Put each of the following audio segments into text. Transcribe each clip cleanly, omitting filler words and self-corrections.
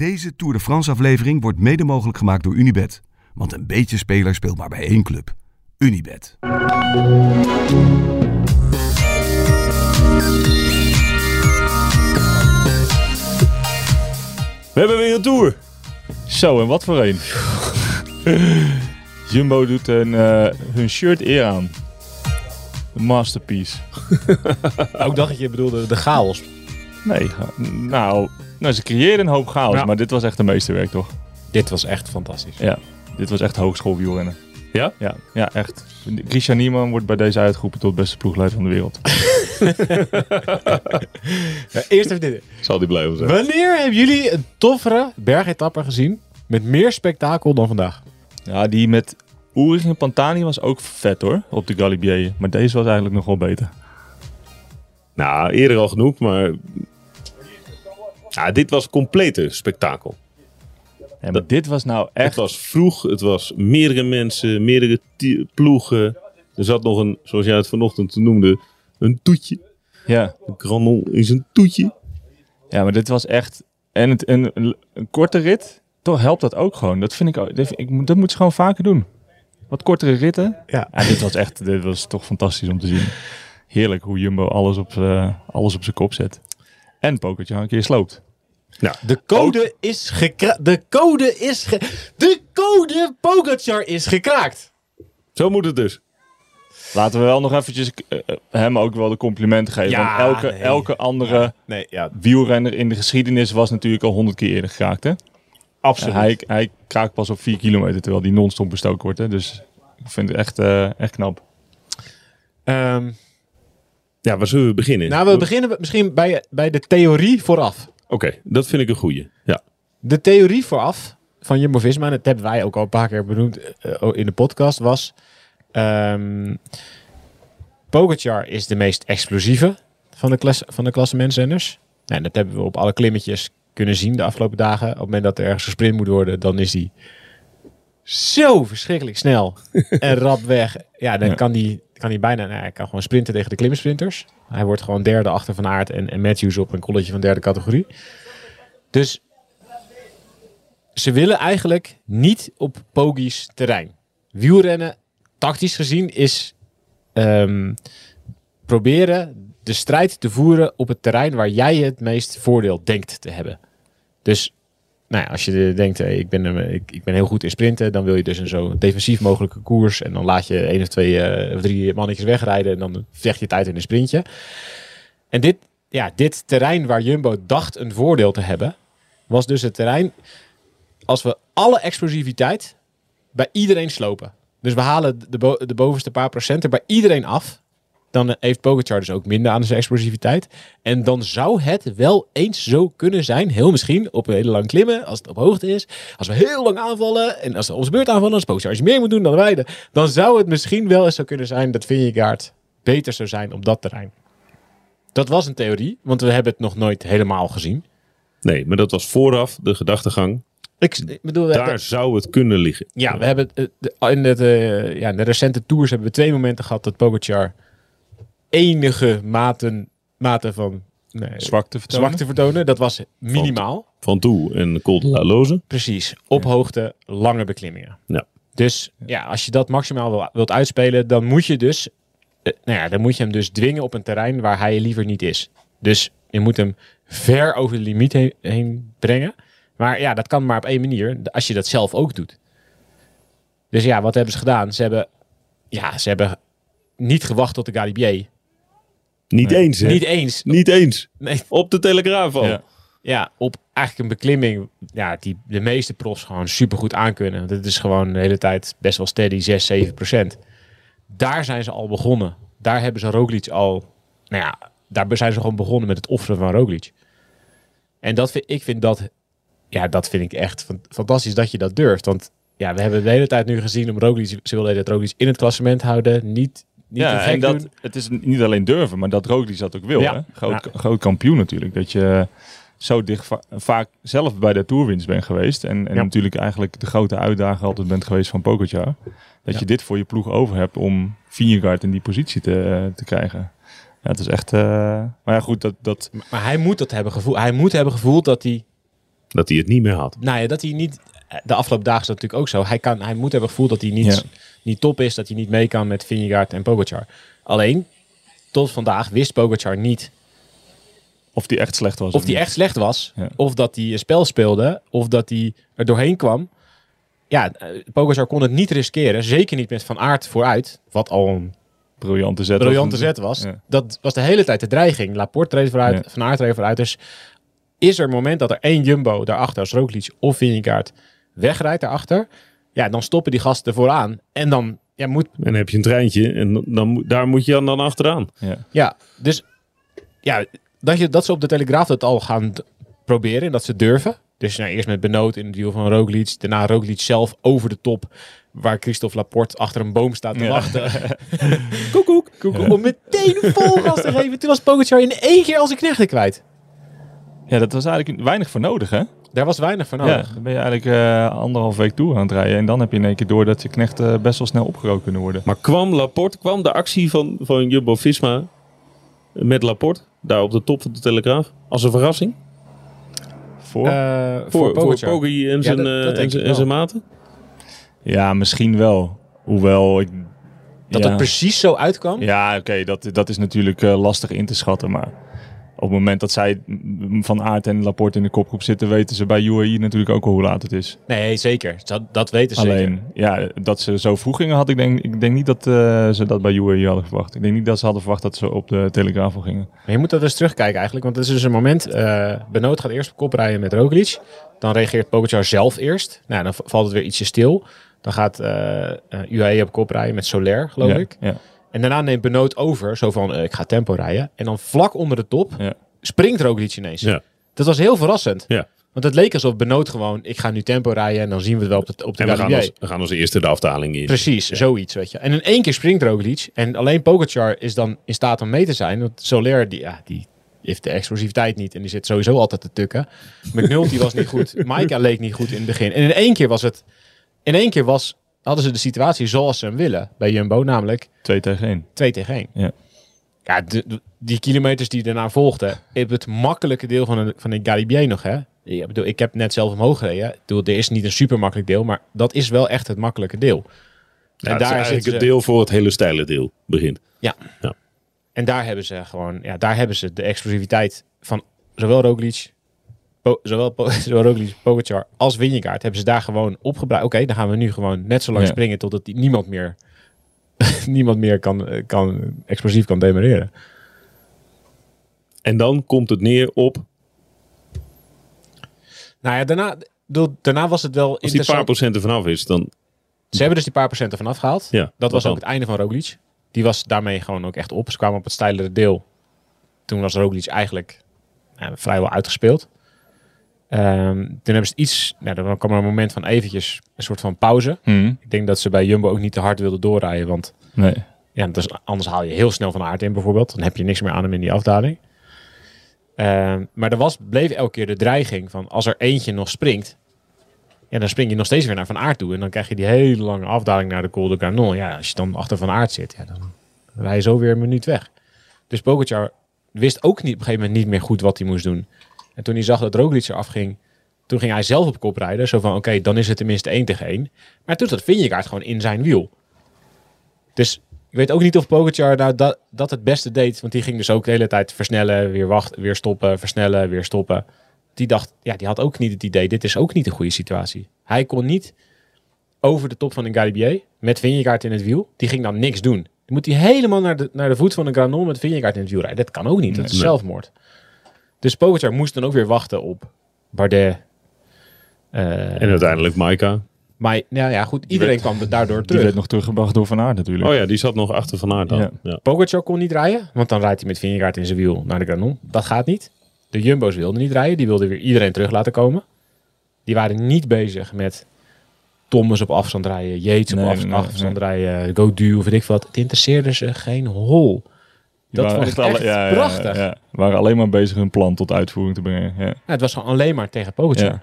Deze Tour de France aflevering wordt mede mogelijk gemaakt door Unibet. Want een beetje speler speelt maar bij één club. Unibet. We hebben weer een Tour. Zo, en wat voor een. Jumbo doet hun shirt eer aan. Een masterpiece. Ook dacht je bedoelde de chaos. Nee, nou ze creëerden een hoop chaos, Ja. maar dit was echt een meesterwerk, toch? Dit was echt fantastisch. Ja, dit was echt hogeschoolwielrennen. Ja? Ja, echt. Christian Niemann wordt bij deze uitgeroepen tot beste ploegleider van de wereld. Ja, eerst even dit. Zal die blij om zijn. Wanneer hebben jullie een toffere bergetappe gezien met meer spektakel dan vandaag? Ja, die met Ulrich en Pantani was ook vet hoor, op de Galibier. Maar deze was eigenlijk nog wel beter. Nou, eerder al genoeg, maar... Ja, dit was complete spektakel. Ja, maar dit was nou Het echt... was vroeg, het was meerdere mensen, meerdere ploegen. Er zat nog een, zoals jij het vanochtend noemde, een toetje. Ja. Een granon is een toetje. Ja, maar dit was echt... En een korte rit, toch helpt dat ook gewoon. Dat vind ik ook... Dat moet ze gewoon vaker doen. Wat kortere ritten. Ja. Dit was toch fantastisch om te zien. Heerlijk hoe Jumbo alles op zijn kop zet. En Pogačar een keer sloopt. Nou, De code is gekraakt. De code Pogačar is gekraakt. zo moet het dus. Laten we wel nog eventjes hem ook wel de complimenten geven. Ja, want elke andere wielrenner in de geschiedenis was natuurlijk al 100 keer eerder geraakt. Hè? Absoluut. Hij kraakt pas op 4 kilometer, terwijl die non-stop bestoken wordt. Hè? Dus ik vind het echt knap. Ja, waar zullen we beginnen? Nou, we beginnen misschien bij de theorie vooraf. Oké, dat vind ik een goeie. Ja. De theorie vooraf van Jumbo-Visma, en dat hebben wij ook al een paar keer benoemd in de podcast, was... Pogačar is de meest explosieve van de klassementsrenners. Nou, dat hebben we op alle klimmetjes kunnen zien de afgelopen dagen. Op het moment dat er ergens gesprint moet worden, dan is hij zo verschrikkelijk snel en rap weg. Ja, dan kan hij bijna... Nou, hij kan gewoon sprinten tegen de klimmensprinters. Hij wordt gewoon derde achter Van Aert en Matthews op een kolletje van derde categorie. Dus ze willen eigenlijk niet op Pogi's terrein. Wielrennen, tactisch gezien, is proberen de strijd te voeren op het terrein waar jij het meest voordeel denkt te hebben. Dus nou ja, als je denkt, ik ben heel goed in sprinten, dan wil je dus een zo defensief mogelijke koers. En dan laat je 1 of 2 of 3 mannetjes wegrijden en dan vecht je het uit in een sprintje. En dit terrein waar Jumbo dacht een voordeel te hebben, was dus het terrein als we alle explosiviteit bij iedereen slopen. Dus we halen de bovenste paar procenten bij iedereen af. Dan heeft Pogačar dus ook minder aan zijn explosiviteit. En dan zou het wel eens zo kunnen zijn, heel misschien, op een hele lang klimmen, als het op hoogte is. Als we heel lang aanvallen, en als we onze beurt aanvallen, als Pogačar meer moet doen dan wij, dan zou het misschien wel eens zo kunnen zijn dat Vingegaard beter zou zijn op dat terrein. Dat was een theorie, want we hebben het nog nooit helemaal gezien. Nee, maar dat was vooraf de gedachtegang. Ik bedoel, Daar zou het kunnen liggen. ja, we hebben in de recente tours hebben we 2 momenten gehad dat Pogačar enige mate van Zwakte vertonen. Dat was minimaal. Van Toe en Col de la Loze. Precies. Op hoogte, lange beklimmingen. Ja. Dus ja, als je dat maximaal wilt uitspelen, dan moet je dus hem dus dwingen op een terrein waar hij liever niet is. Dus je moet hem ver over de limiet heen brengen. Maar ja, dat kan maar op 1 manier, als je dat zelf ook doet. Dus ja, wat hebben ze gedaan? Ze hebben niet gewacht tot de Galibier. Niet eens, hè? Niet eens. Niet eens. Nee. Op de Telegraaf al. Ja. Ja, op eigenlijk een beklimming die de meeste profs gewoon supergoed aankunnen. Dat is gewoon de hele tijd best wel steady, 6-7%. Daar zijn ze al begonnen. Daar hebben ze Roglic al... Nou ja, daar zijn ze gewoon begonnen met het offeren van Roglic. En dat vind ik echt fantastisch dat je dat durft. Want ja, we hebben de hele tijd nu gezien om Roglic... Ze willen dat Roglic in het klassement houden, niet ja, en dat, het is niet alleen durven, maar dat Roglic dat ook wil. Ja. Hè? Groot kampioen natuurlijk. Dat je zo dicht vaak zelf bij de toerwinst bent geweest. En natuurlijk eigenlijk de grote uitdager altijd bent geweest van Pogačar. Dat je dit voor je ploeg over hebt om Vingegaard in die positie te krijgen. Ja, het is echt... maar ja, goed, dat... Maar hij moet dat hebben gevoeld. Hij moet hebben gevoeld dat hij Dat hij het niet meer had. Nou ja, dat hij niet... De afgelopen dagen is dat natuurlijk ook zo. Hij moet hebben gevoeld dat hij niet top is. Dat hij niet mee kan met Vingegaard en Pogacar. Alleen, tot vandaag wist Pogacar niet... Of die echt slecht was. Of die echt slecht was. Ja. Of dat hij een spel speelde. Of dat hij er doorheen kwam. Ja, Pogacar kon het niet riskeren. Zeker niet met Van Aert vooruit. Wat al een briljante zet was. Ja. Dat was de hele tijd de dreiging. Laporte reed vooruit. Van Aert reed vooruit. Dus is er een moment dat er één Jumbo daarachter als Roglic of Vingegaard wegrijdt daarachter. Ja, dan stoppen die gasten er vooraan. En dan moet... En dan heb je een treintje en daar moet je dan achteraan. Ja, dus ja, dat ze op de Telegraaf dat al gaan proberen en dat ze durven. Dus eerst met Benoot in het wiel van Roglic. Daarna Roglic zelf over de top. Waar Christophe Laporte achter een boom staat te wachten. Koekoek. Om meteen vol gas te geven. Toen was Pogacar in 1 keer als een knechten kwijt. Ja, dat was eigenlijk weinig voor nodig, hè? Daar was weinig voor nodig. Ja, dan ben je eigenlijk 1,5 week toe aan het rijden. En dan heb je in één keer door dat je knechten best wel snel opgerookt kunnen worden. Maar kwam de actie van Jumbo-Visma met Laporte daar op de top van de Telegraaf als een verrassing? Voor Poggi en zijn maten? Ja, misschien wel. Hoewel ik... Dat het precies zo uitkwam? Ja, oké, dat is natuurlijk lastig in te schatten. Maar op het moment dat zij Van Aert en Laporte in de kopgroep zitten, weten ze bij UAE natuurlijk ook al hoe laat het is. Nee, zeker. Dat weten ze Alleen, ja, dat ze zo vroeg gingen, ik denk niet dat ze dat bij UAE hadden verwacht. Ik denk niet dat ze hadden verwacht dat ze op de Telegraaf al gingen. Maar je moet dat dus terugkijken eigenlijk, want het is dus een moment. Benoot gaat eerst op kop rijden met Roglic. Dan reageert Pogacar zelf eerst. Nou, dan valt het weer ietsje stil. Dan gaat UAE op kop rijden met Soler, geloof ik. Ja. En daarna neemt Benoot over, zo van ik ga tempo rijden. En dan vlak onder de top springt Roglic ineens. Ja. Dat was heel verrassend. Ja. Want het leek alsof Benoot gewoon, ik ga nu tempo rijden en dan zien we het wel op de Galibier. We gaan als eerste de afdaling in. Precies, zoiets, weet je. En in 1 keer springt Roglic en alleen Pogacar is dan in staat om mee te zijn. Want Soler, die heeft de explosiviteit niet en die zit sowieso altijd te tukken. McNulty was niet goed. Maika leek niet goed in het begin. En in één keer hadden ze de situatie zoals ze hem willen bij Jumbo, namelijk 2 tegen 1. 2 tegen 1. Ja. Ja, die kilometers die daarna volgden, het makkelijke deel van de Galibier nog, hè. Ik heb net zelf omhoog gereden. Er is niet een super makkelijk deel, maar dat is wel echt het makkelijke deel. Ja, en daar is eigenlijk het deel voor het hele steile deel begint. Ja. En daar hebben ze gewoon, daar hebben ze de explosiviteit van zowel Roglic, Pogacar als Vingegaard hebben ze daar gewoon opgebruikt. Oké, dan gaan we nu gewoon net zo lang springen totdat niemand meer explosief kan demareren. En dan komt het neer op... Nou ja, daarna was het wel als interessant. die paar procent er vanaf is, dan... Ze hebben dus die paar procent ervan afgehaald. Ja, dat was ook het einde van Roglic. Die was daarmee gewoon ook echt op. Ze kwamen op het steilere deel. Toen was Roglic eigenlijk vrijwel uitgespeeld. Toen hebben ze iets... dan kwam er een moment van eventjes een soort van pauze. Ik denk dat ze bij Jumbo ook niet te hard wilden doorrijden. Want anders haal je heel snel Van Aert in bijvoorbeeld. Dan heb je niks meer aan hem in die afdaling. Maar bleef elke keer de dreiging van als er eentje nog springt. Ja, dan spring je nog steeds weer naar Van Aert toe. En dan krijg je die hele lange afdaling naar de Col de Granon. Ja, als je dan achter Van Aert zit, dan rij je zo weer een minuut weg. Dus Pogacar wist ook niet, op een gegeven moment niet meer goed wat hij moest doen. En toen hij zag dat Roglic eraf ging, toen ging hij zelf op kop rijden. Zo van, oké, dan is het tenminste 1 tegen 1. Maar toen zat Vingegaard gewoon in zijn wiel. Dus ik weet ook niet of Pogacar dat het beste deed. Want die ging dus ook de hele tijd versnellen, weer stoppen, versnellen, weer stoppen. Die dacht, die had ook niet het idee, dit is ook niet een goede situatie. Hij kon niet over de top van een Galibier met Vingegaard in het wiel. Die ging dan niks doen. Dan moet hij helemaal naar de voet van een Granon met Vingegaard in het wiel rijden. Dat kan ook niet, dat is zelfmoord. Dus Pogacar moest dan ook weer wachten op Bardet. En uiteindelijk Maika. Maar goed, iedereen kwam daardoor terug. Die werd nog teruggebracht door Van Aert natuurlijk. Oh ja, die zat nog achter Van Aert dan. Ja. Pogacar kon niet rijden, want dan rijdt hij met Vingegaard in zijn wiel naar de Granon. Dat gaat niet. De Jumbo's wilden niet rijden. Die wilden weer iedereen terug laten komen. Die waren niet bezig met Thomas op afstand rijden, Yates op afstand rijden, Gaudu of weet ik wat. Het interesseerde ze geen hol. Dat vond ik echt prachtig. Ja. Waren alleen maar bezig hun plan tot uitvoering te brengen. Ja. Het was gewoon alleen maar tegen Pogacar.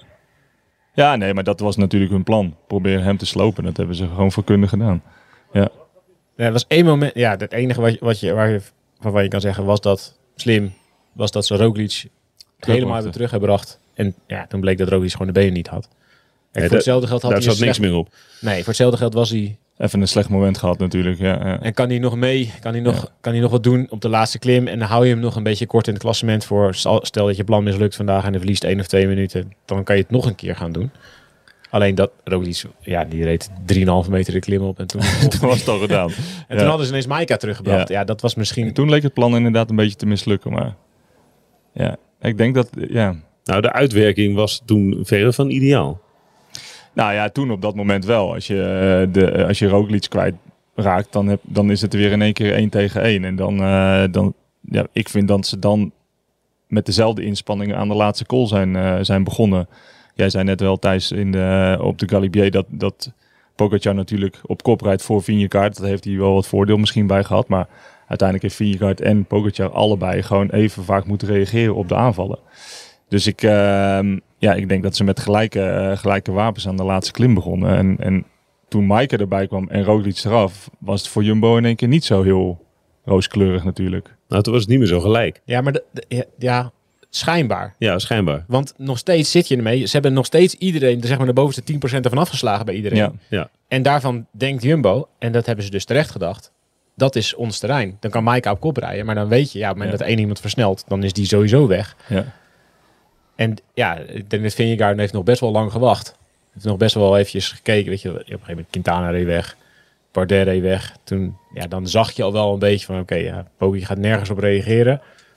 Ja, nee, maar dat was natuurlijk hun plan. Proberen hem te slopen. Dat hebben ze gewoon vakkundig gedaan. Ja. Er was één moment. Ja, het enige waarvan je kan zeggen was dat slim. Was dat ze Roglic helemaal hebben teruggebracht. En ja, toen bleek dat Roglic gewoon de benen niet had. Kijk, voor hetzelfde geld had daar hij zat niks meer op. Nee, voor hetzelfde geld was hij... Even een slecht moment gehad natuurlijk. Ja. En kan hij nog mee? Kan hij nog wat doen op de laatste klim? En dan hou je hem nog een beetje kort in het klassement voor. Stel dat je plan mislukt vandaag en hij verliest 1 of 2 minuten. Dan kan je het nog een keer gaan doen. Alleen dat Roglic, die reed 3,5 meter de klim op. En toen, Toen was het al gedaan. en toen hadden ze ineens Maika teruggebracht. Ja, dat was misschien... En toen leek het plan inderdaad een beetje te mislukken. Maar ja, ik denk dat... Ja. Nou, de uitwerking was toen verre van ideaal. Nou ja, toen op dat moment wel. Als je Roglic kwijtraakt, dan is het weer in één keer 1 tegen 1. En dan ik vind dat ze dan met dezelfde inspanningen aan de laatste call zijn begonnen. Jij zei net wel, Thijs, op de Galibier dat Pogacar natuurlijk op kop rijdt voor Vingegaard. Dat heeft hij wel wat voordeel misschien bij gehad. Maar uiteindelijk heeft Vingegaard en Pogacar allebei gewoon even vaak moeten reageren op de aanvallen. Dus ik denk dat ze met gelijke wapens aan de laatste klim begonnen. En toen Maika erbij kwam en Roglic eraf, was het voor Jumbo in één keer niet zo heel rooskleurig natuurlijk. Nou, toen was het niet meer zo gelijk. Ja, maar schijnbaar. Ja, schijnbaar. Want nog steeds zit je ermee. Ze hebben nog steeds iedereen, zeg maar de bovenste 10% ervan afgeslagen bij iedereen. Ja. En daarvan denkt Jumbo, en dat hebben ze dus terecht gedacht, dat is ons terrein. Dan kan Maika op kop rijden, maar dan weet je, op het moment dat één iemand versnelt, dan is die sowieso weg. Ja. En ja, ik denk dat Vingegaard heeft nog best wel lang gewacht. Heeft nog best wel eventjes gekeken. Weet je, op een gegeven moment Quintana reed weg. Bardet reed weg. Toen, dan zag je al wel een beetje van, Poggi gaat nergens op reageren.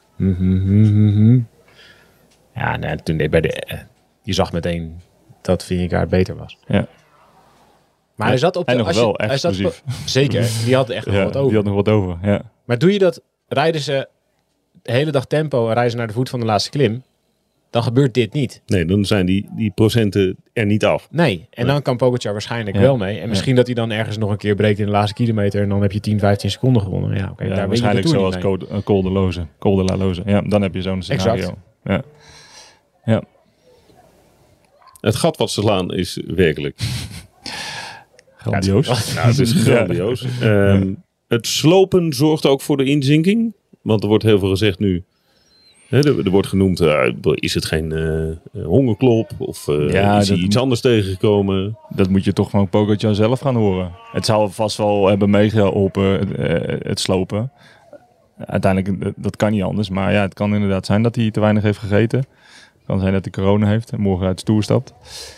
Ja, en toen je zag meteen dat Vingegaard beter was. Ja. Maar hij zat op de... En nog wel explosief. Zeker, die had echt nog wat over. Die had nog wat over, ja. Maar doe je dat, rijden ze de hele dag tempo en rijden ze naar de voet van de laatste klim, dan gebeurt dit niet. Nee, dan zijn die procenten er niet af. Nee, en dan kan Pogacar waarschijnlijk wel mee. En misschien dat hij dan ergens nog een keer breekt in de laatste kilometer en dan heb je 10, 15 seconden gewonnen. Ja, daar waarschijnlijk zoals Col de la Loze. Ja, dan heb je zo'n scenario. Exact. Ja. Het gat wat ze slaan is werkelijk grandioos. Ja, het is grandioos. Het slopen zorgt ook voor de inzinking. Want er wordt heel veel gezegd nu. Er wordt genoemd, is het geen hongerklop? Of is hij iets anders tegengekomen? Dat moet je toch van Pogacar zelf gaan horen. Het zou vast wel hebben meegeholpen, het slopen. Uiteindelijk, dat kan niet anders. Maar ja, het kan inderdaad zijn dat hij te weinig heeft gegeten. Het kan zijn dat hij corona heeft en morgen uit de Tour stapt.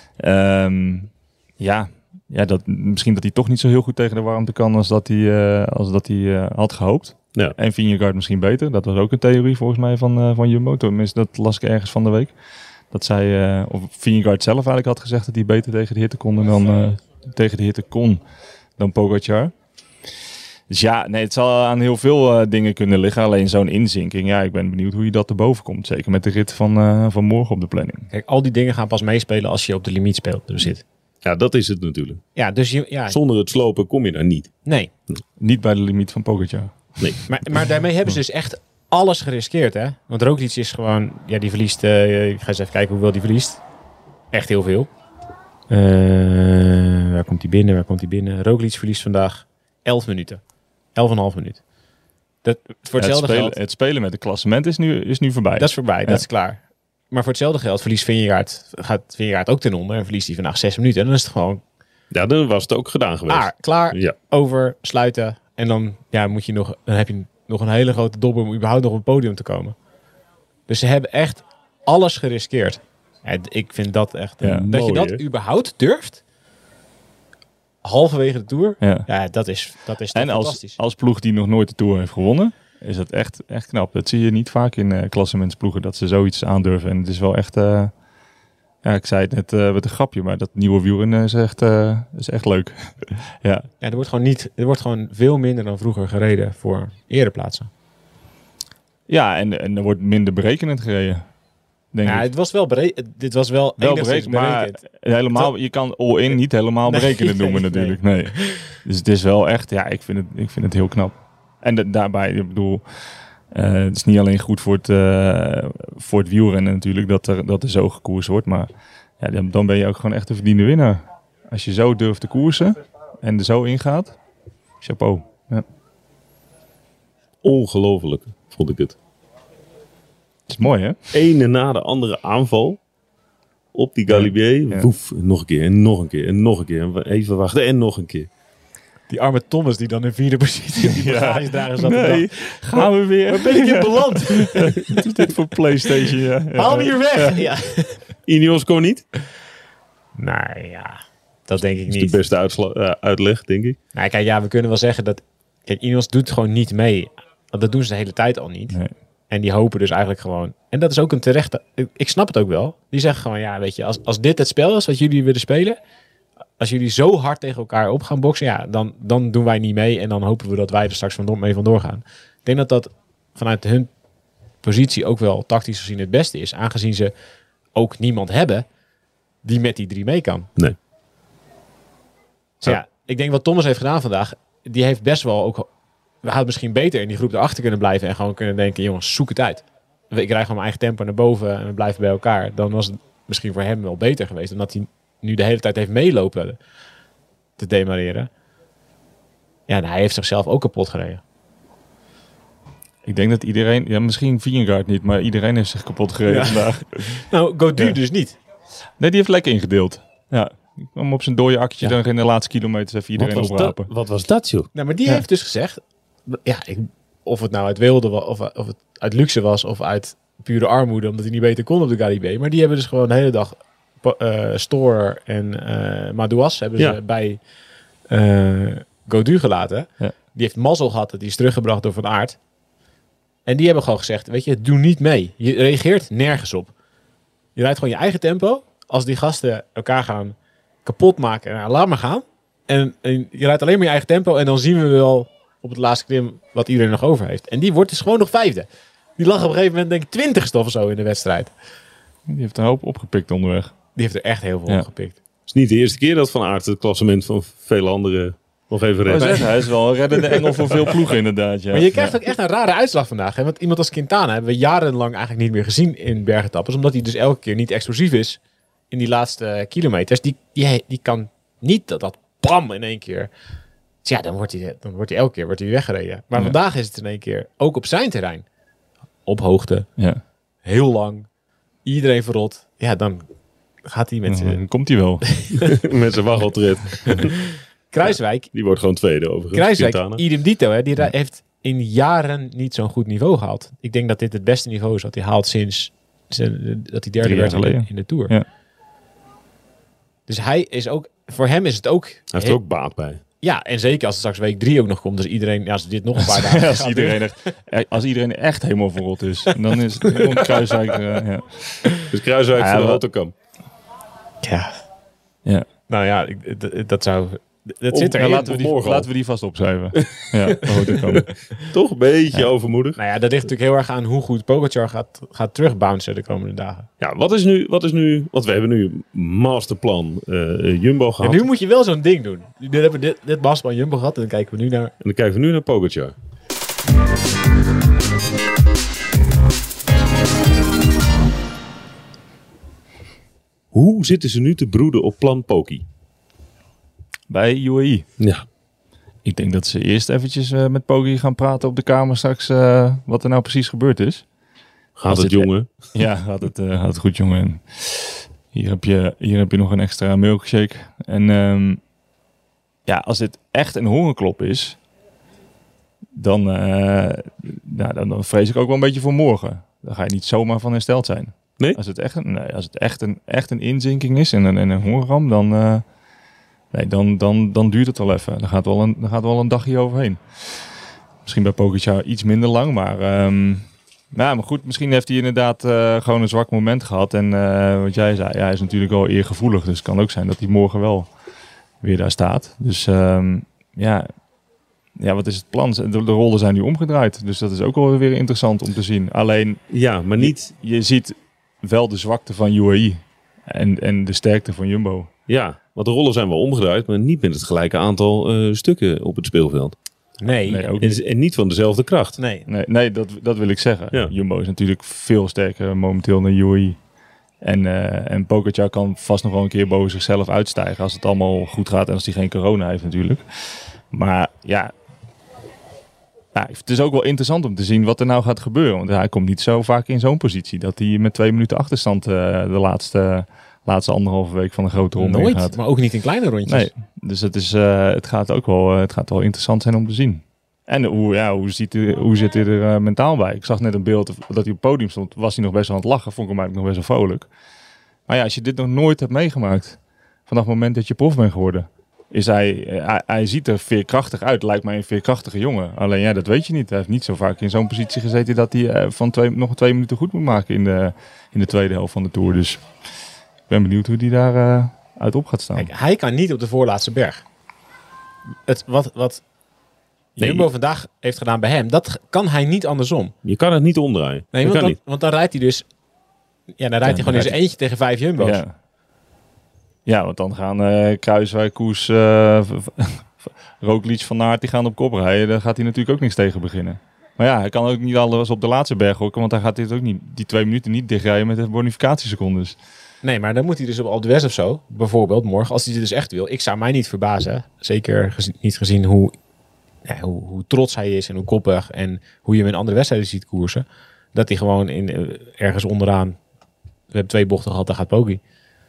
Misschien dat hij toch niet zo heel goed tegen de warmte kan als dat hij had gehoopt. Ja. En Vingegaard misschien beter. Dat was ook een theorie volgens mij van Jumbo. Tenminste, dat las ik ergens van de week. Dat zij, of Vingegaard zelf eigenlijk had gezegd dat hij beter tegen de hitte kon dan Pogacar. Dus het zal aan heel veel dingen kunnen liggen. Alleen zo'n inzinking, ik ben benieuwd hoe je dat erboven komt. Zeker met de rit van morgen op de planning. Kijk, al die dingen gaan pas meespelen als je op de limiet zit. Ja, dat is het natuurlijk. Ja, dus zonder het slopen kom je daar niet. Nee. Niet bij de limiet van Pogacar. Nee. Maar daarmee hebben ze dus echt alles geriskeerd, hè? Want Roglic is gewoon... Ja, die verliest... ik ga eens even kijken hoeveel die verliest. Echt heel veel. Waar komt hij binnen? Roglic verliest vandaag 11 minuten. 11,5 minuut. Voor hetzelfde geld... Het spelen met het klassement is nu voorbij. Dat is voorbij, dat is klaar. Maar voor hetzelfde geld gaat Vingegaard ook ten onder en verliest hij vandaag 6 minuten. En dan is het gewoon... Ja, dan was het ook gedaan geweest. Klaar, over, sluiten. En dan, heb je nog een hele grote dobber om überhaupt nog op het podium te komen. Dus ze hebben echt alles geriskeerd. Ja, ik vind dat echt... dat mooi, je dat überhaupt durft, halverwege de Tour, dat is en fantastisch. Als ploeg die nog nooit de Tour heeft gewonnen, is dat echt knap. Dat zie je niet vaak in klassementsploegen, dat ze zoiets aandurven. En het is wel echt... ik zei het net met een grapje, maar dat nieuwe wielrennen is echt leuk. Ja, er wordt gewoon veel minder dan vroeger gereden voor ereplaatsen. Ja, en er wordt minder berekenend gereden. Denk ik. Het was wel dit was wel berekend, maar helemaal, je kan all-in niet helemaal berekenen noemen natuurlijk. Nee. Dus het is wel echt, ik vind het heel knap. En daarbij, ik bedoel, het is niet alleen goed voor het wielrennen natuurlijk dat er zo gekoerst wordt, maar dan ben je ook gewoon echt een verdiende winnaar. Als je zo durft te koersen en er zo ingaat, chapeau. Ja. Ongelooflijk, vond ik het. is mooi, hè? Ene na de andere aanval op die Galibier. Ja. Woef, nog een keer en nog een keer en nog een keer. Even wachten en nog een keer. Die arme Thomas die dan in 4e positie die bagagedrager zat. Nee, gaan we weer. Waar ben ik in beland? Wat is dit voor PlayStation? Ja. Haal me hier weg! Ja. Ineos kon niet. Nou ja, dat denk ik Dat is niet. de beste uitleg, denk ik. Nou, kijk, ja, we kunnen wel zeggen dat... Kijk, Ineos doet gewoon niet mee. Want dat doen ze de hele tijd al niet. Nee. En die hopen dus eigenlijk gewoon... En dat is ook een terechte... Ik snap het ook wel. Die zeggen gewoon, ja, weet je, als dit het spel is wat jullie willen spelen... Als jullie zo hard tegen elkaar op gaan boksen, ja, dan doen wij niet mee. En dan hopen we dat wij er straks mee vandoor gaan. Ik denk dat dat vanuit hun positie ook wel tactisch gezien het beste is. Aangezien ze ook niemand hebben die met die 3 mee kan. Nee. Dus ja, ik denk wat Thomas heeft gedaan vandaag, die heeft best wel ook... We hadden misschien beter in die groep erachter kunnen blijven en gewoon kunnen denken, jongens, zoek het uit. Ik rij gewoon mijn eigen tempo naar boven en we blijven bij elkaar. Dan was het misschien voor hem wel beter geweest, omdat hij nu de hele tijd heeft meelopen te demareren. Ja, en hij heeft zichzelf ook kapot gereden. Ik denk dat iedereen... Ja, misschien Vingegaard niet, maar iedereen heeft zich kapot gereden vandaag. Nou, Gaudu Ja. dus niet. Nee, die heeft lekker ingedeeld. Ja, ik kwam op zijn dode akkertje dan in de laatste kilometers even iedereen oprapen. Wat was dat, joh? Nou, maar die heeft dus gezegd... Ja, of het nou uit wilde was, of het uit luxe was, of uit pure armoede, omdat hij niet beter kon op de Galibier. Maar die hebben dus gewoon de hele dag Storer en Madouas hebben ze bij Gaudu gelaten. Ja. Die heeft mazzel gehad dat die is teruggebracht door Van Aert. En die hebben gewoon gezegd, weet je, doe niet mee. Je reageert nergens op. Je rijdt gewoon je eigen tempo. Als die gasten elkaar gaan kapot maken, nou, laat maar gaan. En je rijdt alleen maar je eigen tempo. En dan zien we wel op het laatste klim wat iedereen nog over heeft. En die wordt dus gewoon nog 5e. Die lag op een gegeven moment denk ik 20ste of zo in de wedstrijd. Die heeft een hoop opgepikt onderweg. Die heeft er echt heel veel opgepikt. Het is niet de eerste keer dat Van Aert het klassement van vele anderen nog even redt. Hij is wel een reddende engel voor veel ploegen inderdaad. Ja. Maar je krijgt ook echt een rare uitslag vandaag. Hè? Want iemand als Quintana hebben we jarenlang eigenlijk niet meer gezien in bergetappes. Omdat hij dus elke keer niet explosief is in die laatste kilometers. Die kan niet dat bam in één keer. Dus ja, dan wordt hij elke keer weggereden. Maar vandaag is het in één keer ook op zijn terrein. Op hoogte. Ja. Heel lang. Iedereen verrot. Ja, dan gaat hij met Dan komt hij wel. Met zijn waggeltred. Kruiswijk. Die wordt gewoon tweede overigens. Kruiswijk, Quintana. idem dito. Hè, die heeft in jaren niet zo'n goed niveau gehaald. Ik denk dat dit het beste niveau is wat hij haalt sinds dat hij derde 3 jaar werd geleden. in de Tour. Ja. Dus hij is ook, voor hem is het ook... Hij heeft er ook baat bij. Ja, en zeker als het straks week 3 ook nog komt. Dus iedereen, ja, als dit nog een paar dagen als, gaat iedereen echt helemaal verrot is. En dan is Kruiswijk... ja. Dus Kruiswijk voor de Rotterdam. Ja. Ja. Nou ja, dat zou... Dat zit er Ja, in. laten we die vast opschrijven. Ja, Rotterdam. Toch een beetje overmoedig. Nou ja, dat ligt natuurlijk heel erg aan hoe goed Pogacar gaat terugbouncen de komende dagen. Ja, wat is nu... Want we hebben nu masterplan Jumbo gehad. En nu moet je wel zo'n ding doen. We hebben dit masterplan Jumbo gehad en dan kijken we nu naar... En dan kijken we nu naar Pogacar. Hoe zitten ze nu te broeden op plan Poki? Bij UAE. Ja. Ik denk dat ze eerst eventjes met Poggi gaan praten op de kamer straks wat er nou precies gebeurd is. Gaat het, jongen? Ja, gaat het goed, jongen. En hier heb je nog een extra milkshake. En ja, als dit echt een hongerklop is, dan vrees ik ook wel een beetje voor morgen. Dan ga je niet zomaar van hersteld zijn. Nee? Als het echt een inzinking is en een hongerram, dan duurt het wel even. Dan gaat wel een dagje overheen. Misschien bij Pogacar iets minder lang, maar goed, misschien heeft hij inderdaad gewoon een zwak moment gehad. En wat jij zei, hij is natuurlijk wel eergevoelig. Dus het kan ook zijn dat hij morgen wel weer daar staat. Dus wat is het plan? De rollen zijn nu omgedraaid. Dus dat is ook wel weer interessant om te zien. Alleen, ja, maar niet... Je ziet wel de zwakte van UAE en de sterkte van Jumbo. Ja, want de rollen zijn wel omgedraaid, maar niet met het gelijke aantal stukken op het speelveld. Nee, ook niet. En niet van dezelfde kracht. Nee, dat wil ik zeggen. Ja. Jumbo is natuurlijk veel sterker momenteel dan UAE. En Pogacar kan vast nog wel een keer boven zichzelf uitstijgen als het allemaal goed gaat en als hij geen corona heeft natuurlijk. Maar ja, het is ook wel interessant om te zien wat er nou gaat gebeuren. Want hij komt niet zo vaak in zo'n positie. Dat hij met 2 minuten achterstand de laatste 1,5 week van de grote ronde Nooit, gaat. maar ook niet in kleine rondjes. Nee, dus het gaat ook wel interessant zijn om te zien. En hoe zit hij er mentaal bij? Ik zag net een beeld dat hij op het podium stond. Was hij nog best wel aan het lachen. Vond ik hem eigenlijk nog best wel vrolijk. Maar ja, als je dit nog nooit hebt meegemaakt. Vanaf het moment dat je prof bent geworden. Is hij ziet er veerkrachtig uit. Lijkt mij een veerkrachtige jongen. Alleen ja, dat weet je niet. Hij heeft niet zo vaak in zo'n positie gezeten dat hij nog 2 minuten goed moet maken in de tweede helft van de Tour. Dus ik ben benieuwd hoe hij daar uit op gaat staan. Kijk, hij kan niet op de voorlaatste berg. Wat Jumbo vandaag heeft gedaan bij hem, dat kan hij niet andersom. Je kan het niet omdraaien. Nee, want dan rijdt hij dus... Ja, dan rijdt hij gewoon in zijn eentje tegen 5 Jumbo's. Ja, want dan gaan Kruiswijk, Koes, Roglic, Van Aert, die gaan op kop rijden. Daar gaat hij natuurlijk ook niks tegen beginnen. Maar ja, hij kan ook niet alles op de laatste berg hokken, want dan gaat hij ook niet die 2 minuten niet dichtrijden met de bonificatiesecondes. Nee, maar dan moet hij dus op Alpe d'Huez of zo, bijvoorbeeld morgen, als hij het dus echt wil. Ik zou mij niet verbazen, zeker niet gezien hoe trots hij is en hoe koppig en hoe je hem in andere wedstrijden ziet koersen, dat hij gewoon ergens onderaan, we hebben 2 bochten gehad, daar gaat Poggi.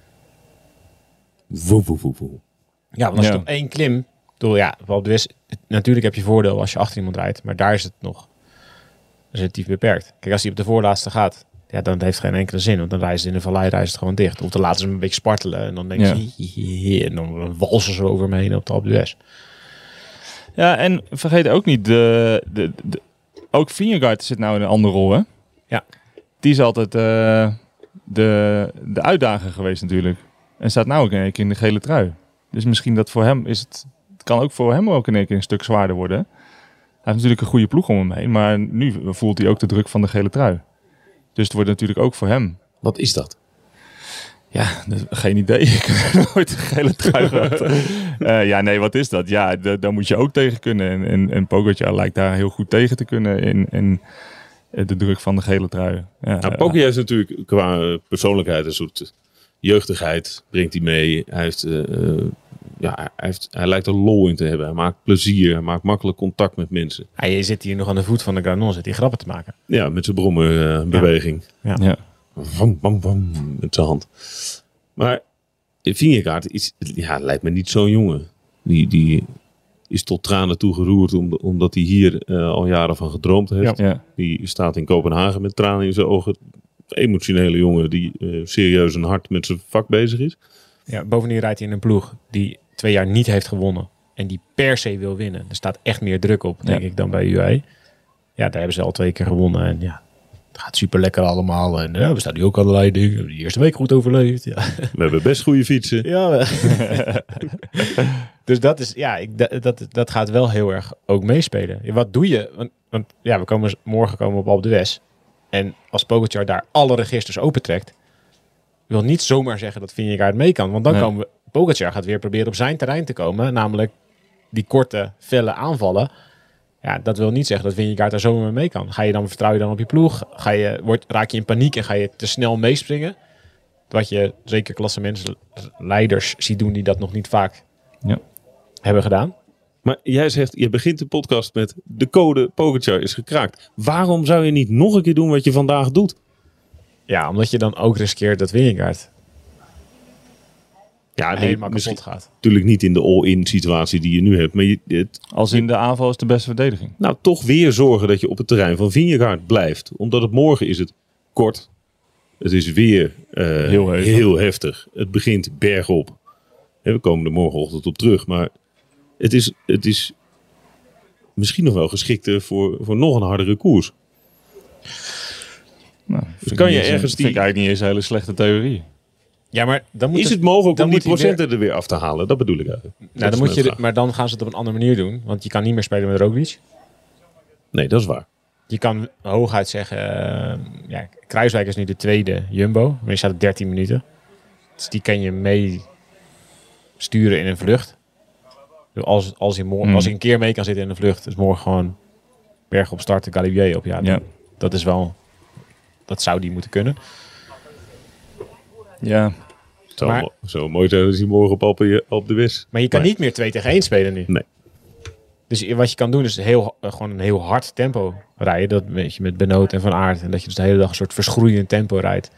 Ja, want als je op 1 klim, op Alpe d'Huez, natuurlijk heb je voordeel als je achter iemand rijdt, maar daar is het nog relatief beperkt. Kijk, als hij op de voorlaatste gaat, ja, dan heeft het geen enkele zin, want dan rijden ze in de vallei, rijden ze gewoon dicht. Of dan laten ze hem een beetje spartelen en dan denk je, en dan walsen ze over me heen op de Alpe d'Huez. Ja, en vergeet ook niet, ook Vingegaard zit nou in een andere rol, hè? Ja. Die is altijd de uitdager geweest natuurlijk. En staat nou ook in één keer in de gele trui. Dus misschien dat voor hem het kan ook voor hem ook in één keer een stuk zwaarder worden. Hij heeft natuurlijk een goede ploeg om hem heen, maar nu voelt hij ook de druk van de gele trui. Dus het wordt natuurlijk ook voor hem. Wat is dat? Ja, geen idee. Ik heb nooit een gele trui gehad. Wat is dat? Ja, daar moet je ook tegen kunnen. En Pogačar lijkt daar heel goed tegen te kunnen in de druk van de gele trui. Ja, Nou, Pogačar is natuurlijk qua persoonlijkheid een soort jeugdigheid, brengt hij mee. Hij lijkt er lol in te hebben. Hij maakt plezier, hij maakt makkelijk contact met mensen. Je zit hier nog aan de voet van de Granon, zit die grappen te maken. Ja, met zijn brommerbeweging. Ja. Bam, bam, bam, met zijn hand. Maar Vingegaard lijkt me niet zo'n jongen. Die is tot tranen toe geroerd omdat hij hier al jaren van gedroomd heeft. Ja. Die staat in Kopenhagen met tranen in zijn ogen. Emotionele jongen die serieus en hard met zijn vak bezig is. Ja, bovendien rijdt hij in een ploeg die 2 jaar niet heeft gewonnen. En die per se wil winnen. Er staat echt meer druk op, denk ik, dan bij UAE. Ja, daar hebben ze al 2 keer gewonnen. En ja, het gaat super lekker allemaal. En we staan nu ook aan de leiding. We hebben de eerste week goed overleefd. Ja. We hebben best goede fietsen. Ja. Dus dat is, dat gaat wel heel erg ook meespelen. Ja, wat doe je? Want morgen komen we op Alpe d'Huez. En als Pogačar daar alle registers opentrekt, wil niet zomaar zeggen dat Vingegaard mee kan. Want dan Pogačar gaat weer proberen op zijn terrein te komen. Namelijk die korte, felle aanvallen. Ja, dat wil niet zeggen dat Vingegaard daar zomaar mee kan. Vertrouw je dan op je ploeg? Raak je in paniek en ga je te snel meespringen? Wat je zeker klassementsleiders ziet doen die dat nog niet vaak hebben gedaan. Maar jij zegt, je begint de podcast met de code Pogačar is gekraakt. Waarom zou je niet nog een keer doen wat je vandaag doet? Ja, omdat je dan ook riskeert dat Vingegaard helemaal misschien kapot gaat. Natuurlijk niet in de all-in situatie die je nu hebt. Maar Als in de aanval is de beste verdediging. Nou, toch weer zorgen dat je op het terrein van Vingegaard blijft. Omdat het morgen is het kort. Het is weer heel heftig. Het begint bergop. We komen er morgenochtend op terug. Maar het is misschien nog wel geschikter voor nog een hardere koers. Nou, vind ik eigenlijk niet eens een hele slechte theorie. Ja, maar dan moet is het mogelijk om die procenten er weer af te halen? Dat bedoel ik eigenlijk. Maar dan gaan ze het op een andere manier doen. Want je kan niet meer spelen met Roglic. Nee, dat is waar. Je kan hooguit zeggen... Kruiswijk is nu de tweede Jumbo. Maar je staat op 13 minuten. Dus die kan je mee sturen in een vlucht. Dus als je een keer mee kan zitten in een vlucht... is morgen gewoon berg op starten, Galibier op. Ja. Dat is wel... Dat zou die moeten kunnen. Ja. Zo mooi zijn als hij morgen op Alpe d'Huez. Maar je kan niet meer 2-tegen-1 spelen nu. Nee. Dus wat je kan doen is gewoon een heel hard tempo rijden. Dat weet je met Benoot en Van Aert. En dat je dus de hele dag een soort verschroeiend tempo rijdt.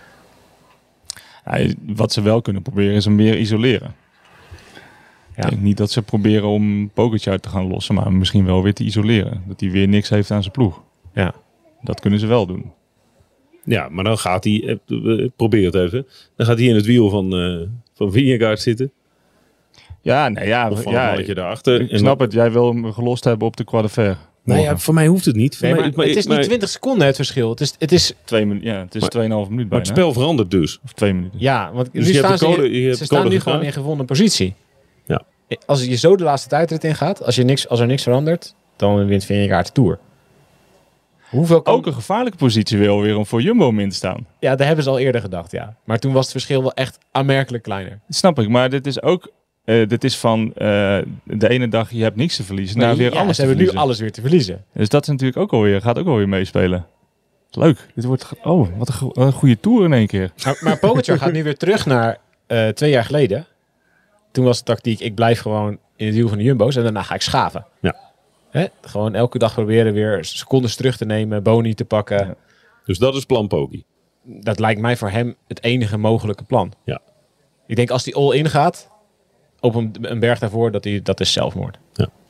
Ja, wat ze wel kunnen proberen is hem weer isoleren. Ja. Ik denk niet dat ze proberen om Pogačar te gaan lossen, maar misschien wel weer te isoleren. Dat hij weer niks heeft aan zijn ploeg. Ja. Dat kunnen ze wel doen. Ja, maar dan gaat hij, probeer het even, dan gaat hij in het wiel van Vingegaard zitten. Ja, nee, ja, Of van een mannetje daarachter. ik snap het. Jij wil hem gelost hebben op de Croix de Fer. Nou ja, voor mij hoeft het niet. Voor Nee, mij, maar het is niet 20 seconden het verschil. Het is 2 minuten. Ja, het is 2,5 minuut bijna. maar het spel verandert dus. Of 2 minuten. ja, want Dus nu je hebt staan de code- je hebt ze de staan code nu gewoon gevraagd. in gewonnen positie. Ja. Als je zo de laatste tijdrit ingaat, als er niks verandert, dan wint Vingegaard de Tour. Hoeveel kan... Ook een gevaarlijke positie weer alweer om voor Jumbo om in te staan. Ja, daar hebben ze al eerder gedacht, ja. Maar toen was het verschil wel echt aanmerkelijk kleiner. Dat snap ik, maar dit is ook... dit is van de ene dag je hebt niks te verliezen, naar weer ja, alles ze te hebben nu verliezen. alles weer te verliezen. Dus dat is natuurlijk ook alweer, gaat ook alweer meespelen. Leuk. Dit wordt... Oh, wat een goede tour in één keer. Maar Pogačar gaat nu weer terug naar 2 jaar geleden. Toen was de tactiek, ik blijf gewoon in het wiel van de Jumbo's en daarna ga ik schaven. Ja. Hè? Gewoon elke dag proberen weer secondes terug te nemen, boni te pakken. Ja. Dus dat is plan Pogi. Dat lijkt mij voor hem het enige mogelijke plan. Ja. Ik denk als hij all-in gaat, op een berg daarvoor, dat is zelfmoord.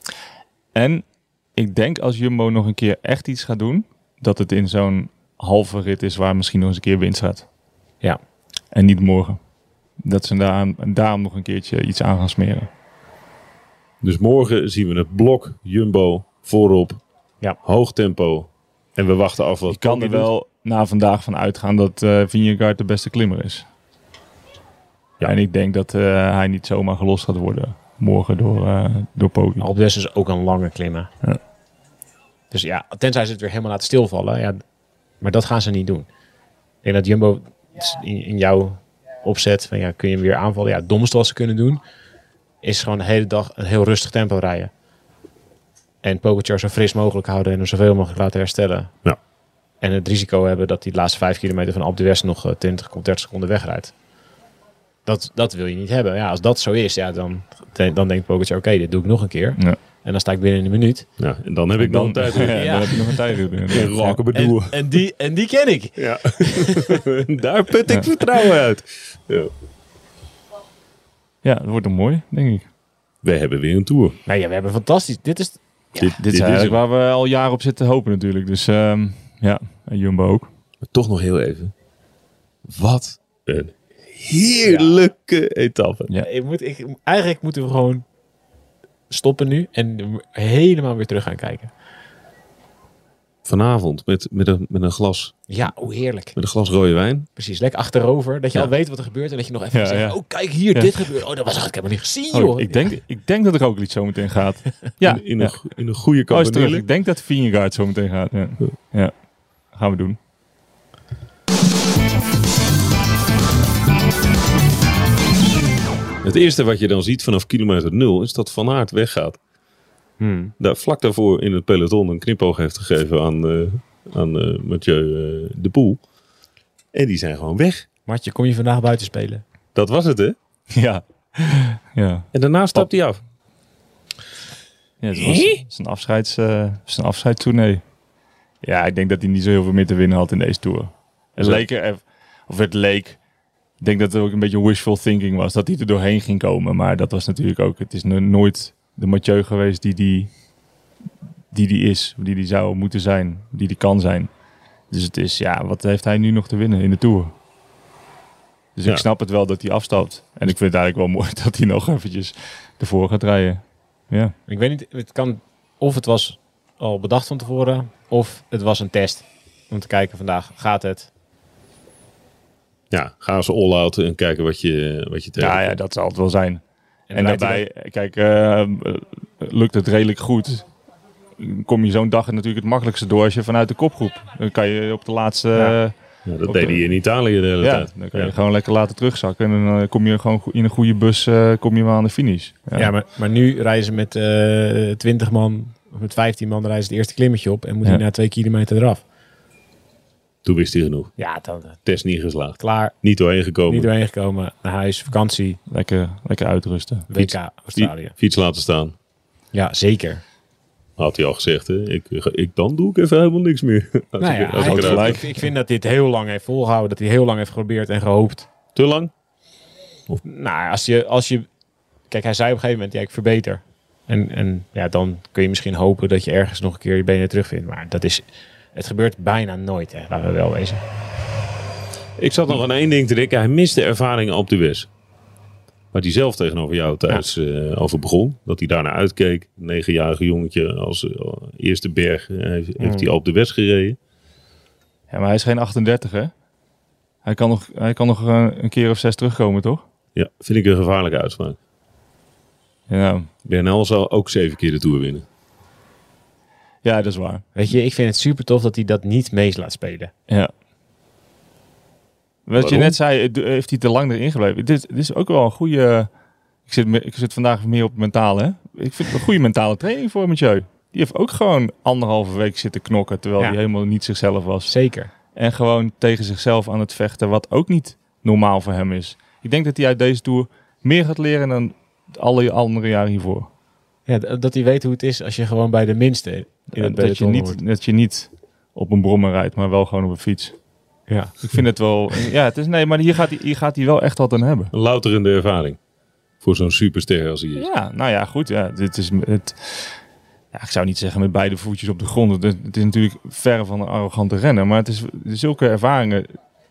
En ik denk als Jumbo nog een keer echt iets gaat doen, dat het in zo'n halve rit is waar misschien nog eens een keer winst gaat. Ja. En niet morgen. Dat ze daarom nog een keertje iets aan gaan smeren. Dus morgen zien we het blok Jumbo voorop. Ja. Hoog tempo. En we wachten af wat Je kan er Poggi doet. wel na vandaag van uitgaan dat Vingegaard de beste klimmer is. Ja. En ik denk dat hij niet zomaar gelost gaat worden morgen door Poggi. Alpe d'Huez is ook een lange klimmen. Ja. Dus ja, tenzij ze het weer helemaal laten stilvallen. Ja, maar dat gaan ze niet doen. Ik denk dat Jumbo in jouw opzet, van, ja, kun je hem weer aanvallen. Ja, het domste wat ze kunnen doen, is gewoon de hele dag een heel rustig tempo rijden. En Pogačar zo fris mogelijk houden en hem zoveel mogelijk laten herstellen. Ja. En het risico hebben dat hij de laatste 5 kilometer van Alpe d'Huez nog 20 of 30 seconden wegrijdt. Dat wil je niet hebben. Ja, als dat zo is, ja, dan denkt Pogačar, oké, dit doe ik nog een keer. Ja. En dan sta ik binnen in een minuut. Ja, en dan heb ik dan tijd. Ja, dan heb je nog een tijd. En Roke bedoel. En die ken ik. Ja. Daar put ik vertrouwen uit. Ja. Ja, dat wordt nog mooi, denk ik. We hebben weer een tour. Nee, ja, we hebben fantastisch. Dit is... Dit is eigenlijk waar we al jaren op zitten hopen natuurlijk. Dus ja, en Jumbo ook. Maar toch nog heel even. Wat een heerlijke etappe. Ja. Eigenlijk moeten we gewoon stoppen nu en helemaal weer terug gaan kijken. Vanavond met een glas. Ja, hoe heerlijk. Met een glas rode wijn. Precies, lekker achterover. Dat je Ja. al weet wat er gebeurt en dat je nog even Ja, zegt, ja. oh kijk hier, Ja. dit gebeurt. Oh, dat was eigenlijk helemaal niet gezien, Oh, joh. ik denk dat er ook iets zo meteen gaat. Ja, In een goede Oh, is terug. campanile. Ik denk dat Vingegaard zo meteen gaat. Ja. Ja, gaan we doen. Het eerste wat je dan ziet vanaf kilometer 0 is dat Van Aert weggaat. Daar vlak daarvoor in het peloton een knipoog heeft gegeven aan Mathieu de Poel. En die zijn gewoon weg. Martje, kom je vandaag buiten spelen? Dat was het, hè? Ja. Ja. En daarna stapt hij af. Ja, het is een afscheidstournee. Ja, ik denk dat hij niet zo heel veel meer te winnen had in deze Tour. Het leek... Ik denk dat het ook een beetje wishful thinking was. Dat hij er doorheen ging komen. Maar dat was natuurlijk ook... Het is nooit de Mathieu geweest die is. Die zou moeten zijn. Die kan zijn. Dus het is... Ja, wat heeft hij nu nog te winnen in de Tour? Dus Ja. ik snap het wel dat hij afstapt. En ik vind het eigenlijk wel mooi dat hij nog eventjes ervoor gaat rijden. Ja. Ik weet niet, het kan... Of het was al bedacht van tevoren, of het was een test. Om te kijken vandaag, gaat het? Ja, gaan ze all-out en kijken wat je tegen. Ja, dat zal het wel zijn. En rijdt daarbij, kijk, lukt het redelijk goed. Kom je zo'n dag natuurlijk het makkelijkste door als je vanuit de kopgroep. Dan kan je op de laatste... Ja. Ja, dat deed hij in Italië de hele ja, tijd. dan kan je gewoon lekker laten terugzakken. En dan kom je gewoon in een goede bus kom je maar aan de finish. Ja, maar nu rijden ze met 20 man, of met 15 man, rijden ze het eerste klimmetje op en moet hij na 2 kilometer eraf. Toen wist hij genoeg. Ja, dan Test niet geslaagd. klaar, Niet doorheen gekomen. niet doorheen gekomen, naar huis, vakantie, Lekker uitrusten. WK Australië. Fiets laten staan. Ja, zeker. Had hij al gezegd, hè? Dan doe ik even helemaal niks meer. Ik vind dat dit heel lang heeft volgehouden. Dat hij heel lang heeft geprobeerd en gehoopt. Te lang? Nou, als je... Kijk, hij zei op een gegeven moment, ik verbeter. En dan kun je misschien hopen dat je ergens nog een keer je benen terugvindt. Maar het gebeurt bijna nooit, hè. Laten we wel wezen. Ik zat nog aan één ding te denken. Hij miste ervaringen op de West. Waar hij zelf tegenover jou thuis over begon. Dat hij daarnaar uitkeek. Een 9-jarige jongetje als eerste berg heeft hij al op de West gereden. Ja, maar hij is geen 38, hè? Hij kan nog een keer of 6 terugkomen, toch? Ja, vind ik een gevaarlijke uitspraak. Ja. Bernal zal ook 7 keer de Tour winnen. Ja, dat is waar. Weet je, ik vind het super tof dat hij dat niet meest laat spelen. Ja. Wat je net zei, heeft hij te lang erin gebleven. Dit is ook wel een goede... Ik zit vandaag meer op mentaal, hè? Ik vind het een goede mentale training voor Mathieu. Die heeft ook gewoon 1,5 week zitten knokken, terwijl hij helemaal niet zichzelf was. Zeker. En gewoon tegen zichzelf aan het vechten, wat ook niet normaal voor hem is. Ik denk dat hij uit deze Tour meer gaat leren dan alle andere jaren hiervoor. Ja, dat hij weet hoe het is als je gewoon bij de minste in het dat je niet op een brommer rijdt, maar wel gewoon op een fiets. Ja. Ik vind het wel... Ja, het is, nee, maar hier gaat hij wel echt wat aan hebben. Een louterende ervaring. Voor zo'n superster als hij is. Ja, nou ja, goed. Ja, dit is het... Ja, ik zou niet zeggen met beide voetjes op de grond. Het is natuurlijk verre van een arrogante renner. Maar het is zulke ervaringen...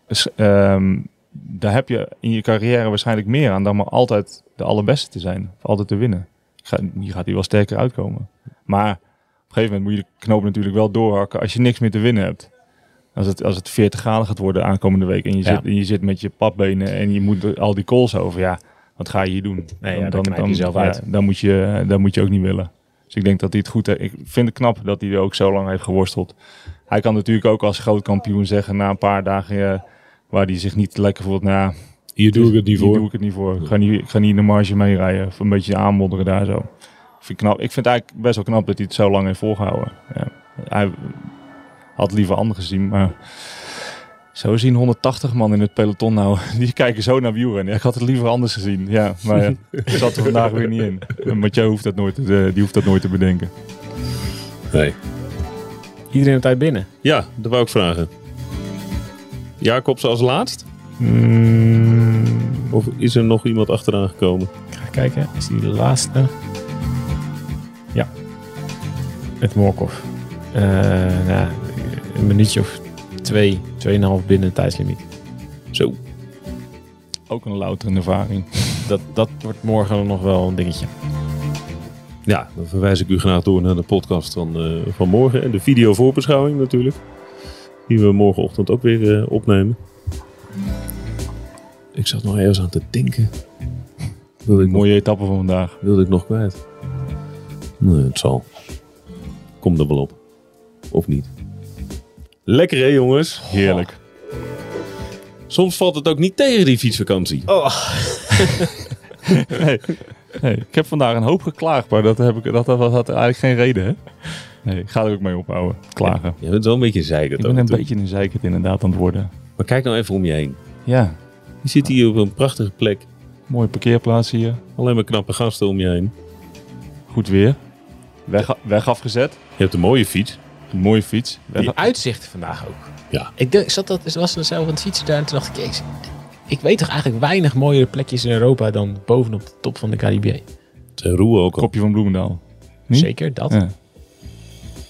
daar heb je in je carrière waarschijnlijk meer aan dan maar altijd de allerbeste te zijn. Of altijd te winnen. Hier gaat hij wel sterker uitkomen. Maar op een gegeven moment moet je de knoop natuurlijk wel doorhakken als je niks meer te winnen hebt. Als het 40 graden gaat worden aankomende week en je zit met je papbenen en je moet al die calls over. Ja, wat ga je hier doen? Nee, dan knijp je jezelf uit. Dan moet je ook niet willen. Dus ik denk dat hij het goed heeft. Ik vind het knap dat hij er ook zo lang heeft geworsteld. Hij kan natuurlijk ook als groot kampioen zeggen na een paar dagen waar hij zich niet lekker voelt. Nou, hier doe ik het niet voor. Hier doe ik het niet voor. Ik ga niet in de marge meerijden of een beetje aanmodderen daar zo. Ik vind het eigenlijk best wel knap dat hij het zo lang heeft volgehouden. Ja. Hij had liever anderen gezien, maar zo zien 180 man in het peloton nou. Die kijken zo naar wielrennen. Ik had het liever anders gezien. Ja, maar ik zat er vandaag weer niet in. Mathieu hoeft dat nooit te bedenken. Nee. Iedereen op tijd binnen? Ja, dat wou ik vragen. Jacobs als laatst? Of is er nog iemand achteraan gekomen? Ik ga kijken. Is die de laatste? Ja. Met Morkov. Een minuutje of 2,5 binnen de tijdslimiet. Zo. Ook een louterende ervaring. Dat wordt morgen nog wel een dingetje. Ja, dan verwijs ik u graag door naar de podcast van morgen. En de video voorbeschouwing natuurlijk. Die we morgenochtend ook weer opnemen. Ik zat nog ergens aan te denken. Mooie etappe van vandaag. Wilde ik nog kwijt? Nee, het zal. Kom er wel op. Of niet. Lekker hè jongens? Heerlijk. Soms valt het ook niet tegen die fietsvakantie. Oh. Nee, ik heb vandaag een hoop geklaagd, maar dat had eigenlijk geen reden, hè? Nee, ik ga er ook mee ophouden. Klagen. Je bent wel een beetje zeikerd. Ik ben een beetje een zeikerd inderdaad aan het worden. Maar kijk nou even om je heen. Ja. Je zit hier op een prachtige plek. Mooie parkeerplaats hier. Alleen maar knappe gasten om je heen. Goed weer. Weg afgezet. Je hebt een mooie fiets. Een mooie fiets. Die uitzichten vandaag ook. Ja. Ik was zelf aan het fietsen daar en toen dacht ik weet toch eigenlijk weinig mooiere plekjes in Europa dan bovenop de top van de Caribië. Zijn roe ook al. Kopje van Bloemendaal. Zeker, dat. Ja.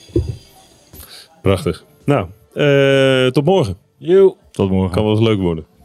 Prachtig. Nou, tot morgen. Yo. Tot morgen. Kan wel eens leuk worden.